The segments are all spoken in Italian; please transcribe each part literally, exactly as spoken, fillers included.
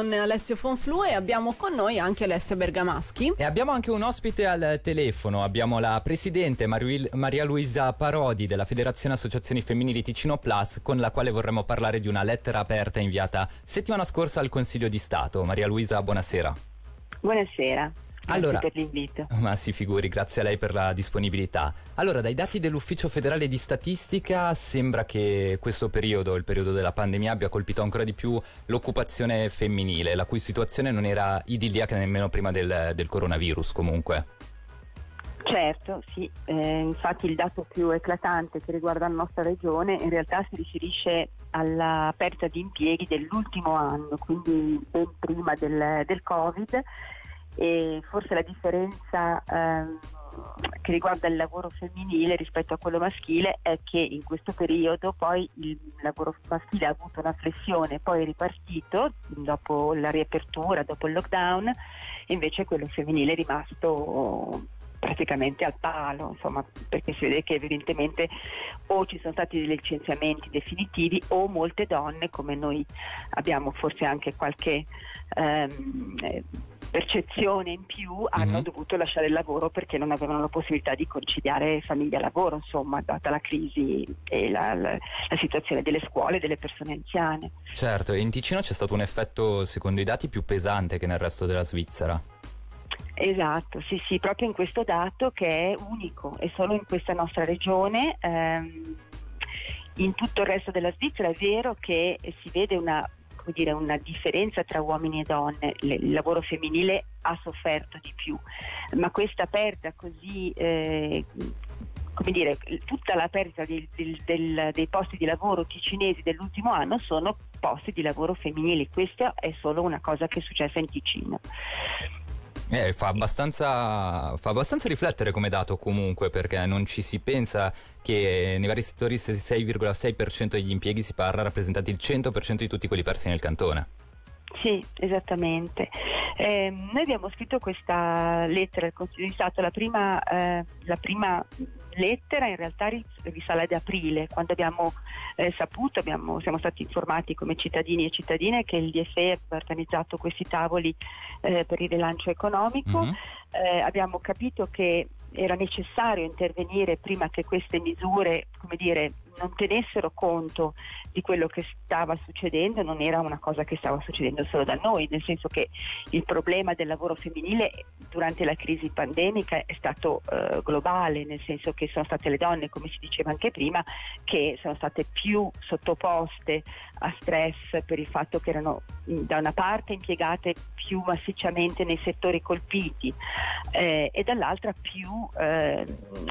con Alessio Fonflu e abbiamo con noi anche Alessia Bergamaschi. E abbiamo anche un ospite al telefono, abbiamo la presidente Maru- Maria Luisa Parodi della Federazione Associazioni Femminili Ticino Plus, con la quale vorremmo parlare di una lettera aperta inviata settimana scorsa al Consiglio di Stato. Maria Luisa, buonasera. Buonasera. Grazie allora, per l'invito. Ma si figuri, grazie a lei per la disponibilità. Allora, dai dati dell'Ufficio Federale di Statistica sembra che questo periodo, il periodo della pandemia, abbia colpito ancora di più l'occupazione femminile, la cui situazione non era idilliaca nemmeno prima del, del coronavirus comunque. Certo, sì, eh, infatti il dato più eclatante che riguarda la nostra regione in realtà si riferisce alla perdita di impieghi dell'ultimo anno, quindi ben prima del, del Covid. E forse la differenza ehm, che riguarda il lavoro femminile rispetto a quello maschile è che in questo periodo poi il lavoro maschile ha avuto una flessione, poi è ripartito dopo la riapertura, dopo il lockdown, e invece quello femminile è rimasto praticamente al palo, insomma, perché si vede che evidentemente o ci sono stati dei licenziamenti definitivi o molte donne, come noi abbiamo forse anche qualche ehm, percezione in più, hanno mm-hmm. dovuto lasciare il lavoro perché non avevano la possibilità di conciliare famiglia e lavoro, insomma, data la crisi e la, la, la situazione delle scuole e delle persone anziane. Certo, e in Ticino c'è stato un effetto, secondo i dati, più pesante che nel resto della Svizzera. Esatto, sì sì, proprio in questo dato che è unico e solo in questa nostra regione. Ehm, in tutto il resto della Svizzera è vero che si vede una, come dire, una differenza tra uomini e donne, Le, il lavoro femminile ha sofferto di più, ma questa perdita così eh, come dire, tutta la perdita del, del, del, dei posti di lavoro ticinesi dell'ultimo anno sono posti di lavoro femminili. Questa è solo una cosa che è successa in Ticino. Eh, fa abbastanza fa abbastanza riflettere come dato comunque, perché non ci si pensa che nei vari settori sei virgola sei per cento degli impieghi si parla rappresentati il cento per cento di tutti quelli persi nel cantone. Sì, esattamente. Eh, noi abbiamo scritto questa lettera al Consiglio di Stato, la prima, eh, la prima lettera in realtà risale ad aprile, quando abbiamo eh, saputo, abbiamo, siamo stati informati come cittadini e cittadine che il D F E aveva organizzato questi tavoli eh, per il rilancio economico. Mm-hmm. Eh, abbiamo capito che era necessario intervenire prima che queste misure, come dire, non tenessero conto di quello che stava succedendo. Non era una cosa che stava succedendo solo da noi, nel senso che il problema del lavoro femminile durante la crisi pandemica è stato eh, globale, nel senso che sono state le donne, come si diceva anche prima, che sono state più sottoposte a stress per il fatto che erano da una parte impiegate più massicciamente nei settori colpiti eh, e dall'altra più eh,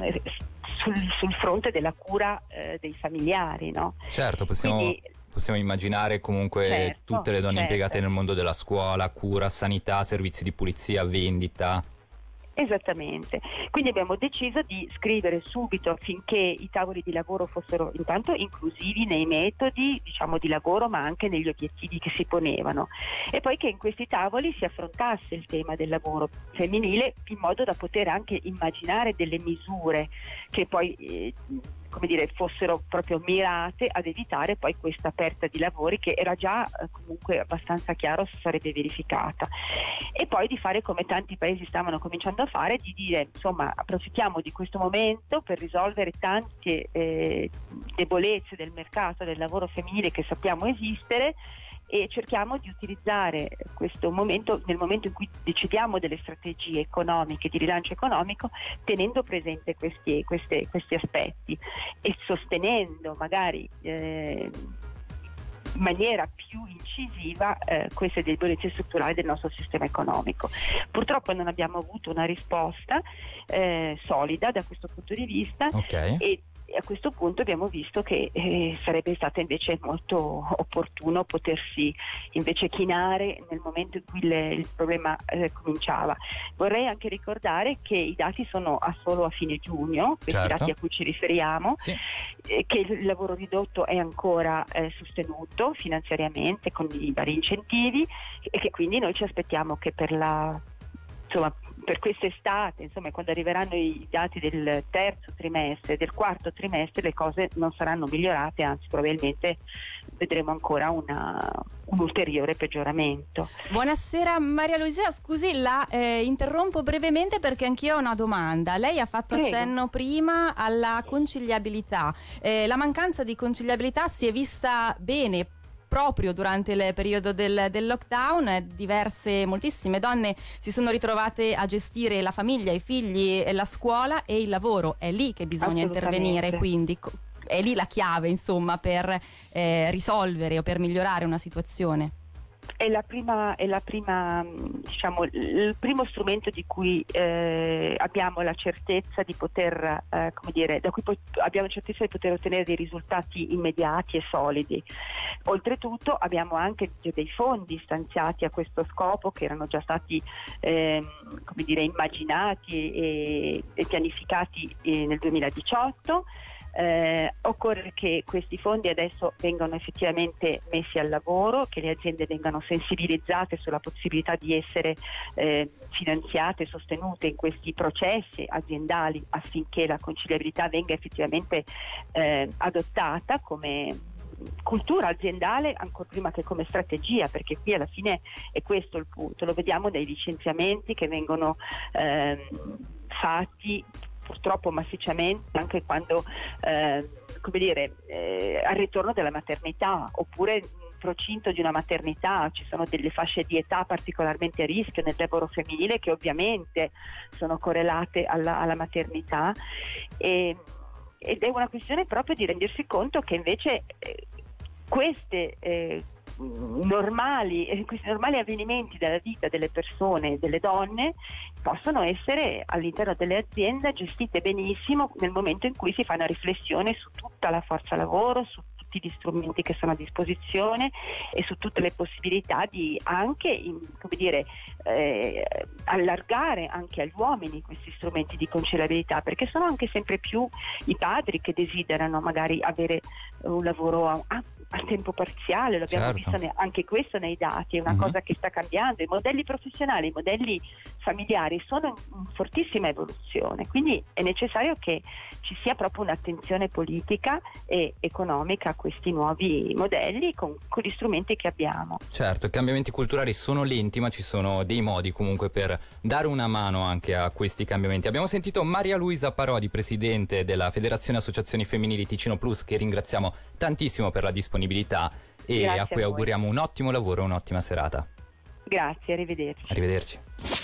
sul, sul fronte della cura eh, dei familiari, no? Certo, possiamo, Quindi, possiamo immaginare comunque certo, tutte le donne certo. impiegate nel mondo della scuola, cura, sanità, servizi di pulizia, vendita. Esattamente, quindi abbiamo deciso di scrivere subito affinché i tavoli di lavoro fossero intanto inclusivi nei metodi, diciamo, di lavoro, ma anche negli obiettivi che si ponevano, e poi che in questi tavoli si affrontasse il tema del lavoro femminile in modo da poter anche immaginare delle misure che poi eh, come dire, fossero proprio mirate ad evitare poi questa aperta di lavori che era già eh, comunque abbastanza chiaro si sarebbe verificata, e poi di fare come tanti paesi stavano cominciando a fare, di dire insomma approfittiamo di questo momento per risolvere tante eh, debolezze del mercato del lavoro femminile che sappiamo esistere, e cerchiamo di utilizzare questo momento, nel momento in cui decidiamo delle strategie economiche, di rilancio economico, tenendo presente questi, questi, questi aspetti e sostenendo magari eh, in maniera più incisiva eh, queste debolezze strutturali del nostro sistema economico. Purtroppo non abbiamo avuto una risposta eh, solida da questo punto di vista, okay. e E a questo punto abbiamo visto che eh, sarebbe stato invece molto opportuno potersi invece chinare nel momento in cui le, il problema eh, cominciava. Vorrei anche ricordare che i dati sono a solo a fine giugno, questi certo. dati a cui ci riferiamo, sì. eh, che il lavoro ridotto è ancora eh, sostenuto finanziariamente con i vari incentivi, e che quindi noi ci aspettiamo che per la insomma per quest'estate, insomma quando arriveranno i dati del terzo trimestre, del quarto trimestre, le cose non saranno migliorate, anzi probabilmente vedremo ancora una, un ulteriore peggioramento. Buonasera Maria Luisa, scusi, la eh, interrompo brevemente perché anch'io ho una domanda. Lei ha fatto Prego. accenno prima alla conciliabilità. Eh, la mancanza di conciliabilità si è vista bene proprio durante il periodo del, del lockdown. Diverse, moltissime donne si sono ritrovate a gestire la famiglia, i figli, la scuola e il lavoro. È lì che bisogna intervenire, quindi è lì la chiave, insomma, per eh, risolvere o per migliorare una situazione. È la prima, è la prima, diciamo, il primo strumento di cui eh, abbiamo la certezza di poter, eh, come dire, da cui po- abbiamo certezza di poter ottenere dei risultati immediati e solidi. Oltretutto abbiamo anche dei fondi stanziati a questo scopo che erano già stati, eh, come dire, immaginati e, e pianificati eh, nel duemiladiciotto. Eh, occorre che questi fondi adesso vengano effettivamente messi al lavoro, che le aziende vengano sensibilizzate sulla possibilità di essere eh, finanziate e sostenute in questi processi aziendali affinché la conciliabilità venga effettivamente eh, adottata come cultura aziendale ancora prima che come strategia, perché qui alla fine è questo il punto. Lo vediamo dai licenziamenti che vengono eh, fatti purtroppo massicciamente anche quando eh, come dire eh, al ritorno della maternità, oppure in procinto di una maternità ci sono delle fasce di età particolarmente a rischio nel lavoro femminile che ovviamente sono correlate alla, alla maternità e, ed è una questione proprio di rendersi conto che invece eh, queste eh, normali eh, questi normali avvenimenti della vita delle persone, delle donne, possono essere all'interno delle aziende gestite benissimo nel momento in cui si fa una riflessione su tutta la forza lavoro, su tutti gli strumenti che sono a disposizione e su tutte le possibilità di anche, in, come dire, eh, allargare anche agli uomini questi strumenti di conciliabilità, perché sono anche sempre più i padri che desiderano magari avere un lavoro a, a, a tempo parziale. Lo abbiamo Certo. visto ne, anche questo nei dati, è una Mhm. cosa che sta cambiando. I modelli professionali, i modelli familiari sono in, in fortissima evoluzione, quindi è necessario che ci sia proprio un'attenzione politica e economica a questi nuovi modelli con, con gli strumenti che abbiamo. Certo, i cambiamenti culturali sono lenti, ma ci sono dei modi comunque per dare una mano anche a questi cambiamenti. Abbiamo sentito Maria Luisa Parodi, presidente della Federazione Associazioni Femminili Ticino Plus, che ringraziamo tantissimo per la disponibilità e Grazie a cui a voi. auguriamo un ottimo lavoro e un'ottima serata. Grazie, arrivederci. Arrivederci.